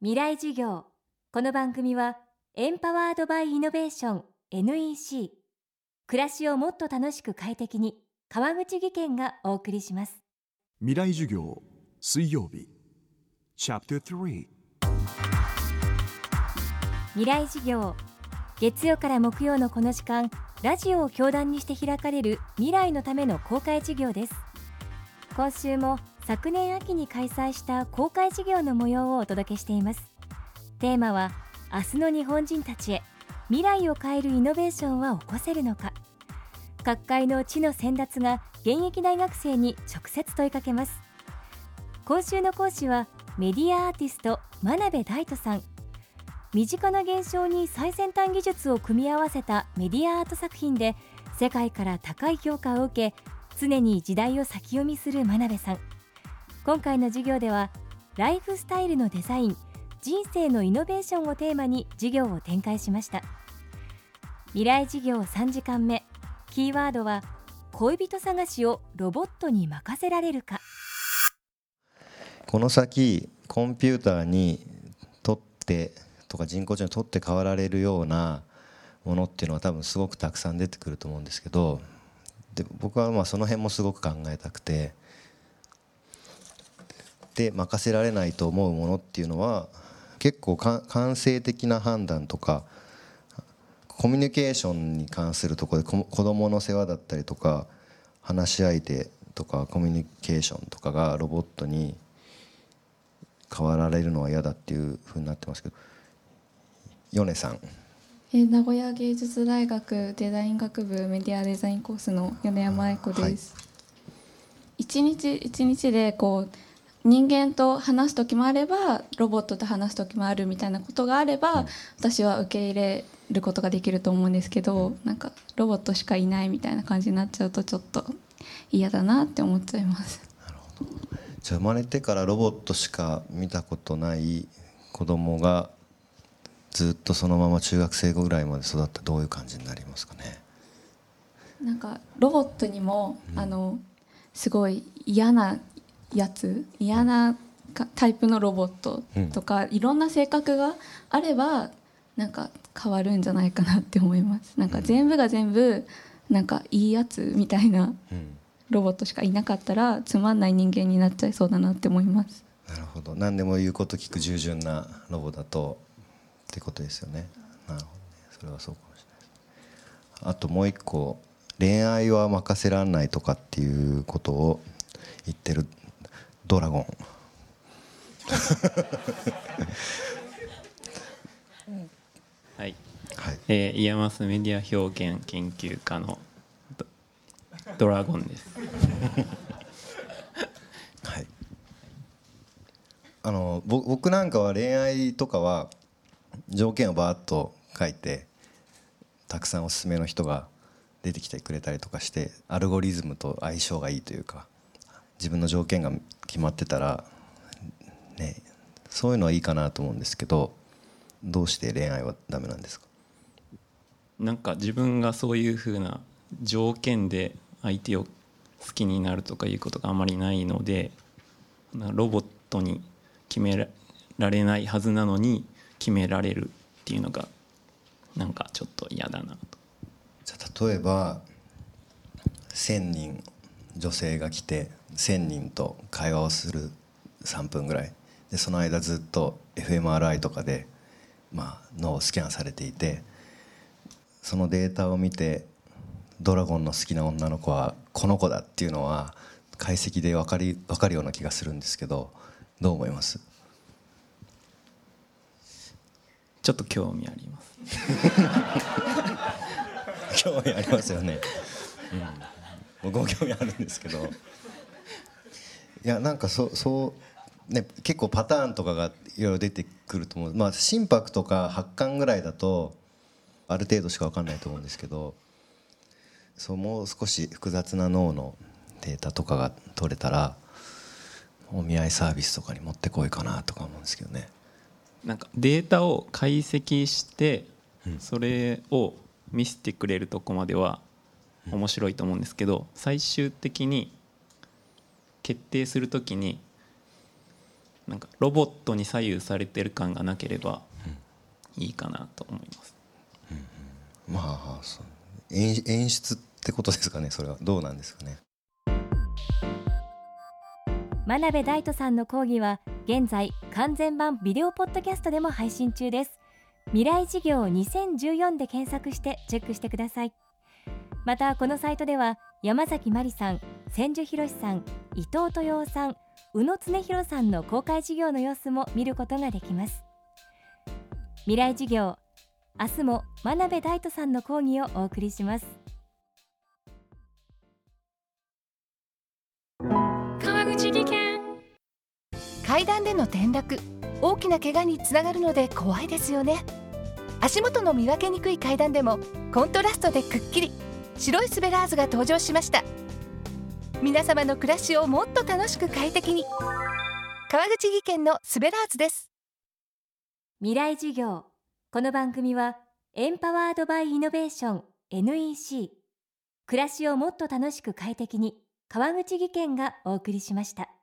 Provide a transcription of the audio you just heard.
未来授業。この番組はエンパワードバイイノベーション NEC 暮らしをもっと楽しく快適に川口義賢がお送りします。 未来授業水曜日チャプター3 未来授業、月曜から木曜のこの時間、ラジオを教壇にして開かれる未来のための公開授業です。今週も昨年秋に開催した公開授業の模様をお届けしています。テーマは明日の日本人たちへ未来を変えるイノベーションは起こせるのか。各界の知の先達が現役大学生に直接問いかけます。今週の講師はメディアアーティスト真鍋大斗さん。身近な現象に最先端技術を組み合わせたメディアアート作品で世界から高い評価を受け、常に時代を先読みする真鍋さん。今回の授業ではライフスタイルのデザイン、人生のイノベーションをテーマに授業を展開しました。未来授業3時間目、キーワードは恋人探しをロボットに任せられるか。 この先コンピューターにとってとか人工知能にとって代わられるようなものっていうのは多分すごくたくさん出てくると思うんですけど、で僕はその辺もすごく考えたくて、で任せられないと思うものっていうのは結構感性的な判断とかコミュニケーションに関するところで子どもの世話だったりとか話し相手とかコミュニケーションとかがロボットに変わられるのは嫌だっていうふうになってますけど、米さん。 名古屋芸術大学デザイン学部メディアデザインコースの米山愛子です。一日一日で人間と話す時もあればロボットと話す時もあるみたいなことがあれば、私は受け入れることができると思うんですけど、なんかロボットしかいないみたいな感じになっちゃうとちょっと嫌だなって思っちゃいます。 なるほど。じゃあ生まれてからロボットしか見たことない子供がずっとそのまま中学生ぐらいまで育ったらどういう感じになりますかね。 なんかロボットにも、すごい嫌なタイプのロボットとか、いろんな性格があればなんか変わるんじゃないかなって思います。なんか全部が全部なんかいいやつみたいなロボットしかいなかったらつまんない人間になっちゃいそうだなって思います。 なるほど。何でも言うこと聞く従順なロボだとってことですよね。なるほどね。それはそうかもしれない。あともう一個、恋愛は任せられないとかっていうことを言ってるドラゴンはい、イヤマスメディア表現研究家のドラゴンですはい、僕なんかは恋愛とかは条件をバーッと書いてたくさんおすすめの人が出てきてくれたりとかしてアルゴリズムと相性がいいというか、自分の条件が決まってたらね、そういうのはいいかなと思うんですけど、どうして恋愛はダメなんですか。 なんか自分がそういう風な条件で相手を好きになるとかいうことがあまりないので、ロボットに決められないはずなのに決められるっていうのがなんかちょっと嫌だなと。 じゃあ例えば1000人女性が来て1000人と会話をする3分ぐらいで、その間ずっと fMRI とかで脳をスキャンされていて、そのデータを見てドラゴンの好きな女の子はこの子だっていうのは解析で分かるような気がするんですけど、どう思います？ ちょっと興味あります興味ありますよね、僕も興味あるんですけど、いやなんかそうね、結構パターンとかがいろいろ出てくると思う。心拍とか発汗ぐらいだとある程度しか分かんないと思うんですけど、もう少し複雑な脳のデータとかが取れたらお見合いサービスとかに持ってこいかなとか思うんですけどね。 なんかデータを解析してそれを見せてくれるとこまでは面白いと思うんですけど、最終的に決定するときになんかロボットに左右されてる感がなければいいかなと思います。 まあそう演出ってことですかね。それはどうなんですかね。 真鍋大斗さんの講義は現在完全版ビデオポッドキャストでも配信中です。未来事業2014で検索してチェックしてください。またこのサイトでは山崎まりさん、千住博さん、伊藤豊夫さん、宇野恒弘さんの公開授業の様子も見ることができます。未来授業、明日も真鍋大斗さんの講義をお送りします。 川口技研。階段での転落、大きな怪我につながるので怖いですよね。足元の見分けにくい階段でもコントラストでくっきり白いスベラーズが登場しました。皆様の暮らしをもっと楽しく快適に、川口技研のスベラーズです。 未来授業。この番組はエンパワードバイイノベーション NEC、 暮らしをもっと楽しく快適に、川口技研がお送りしました。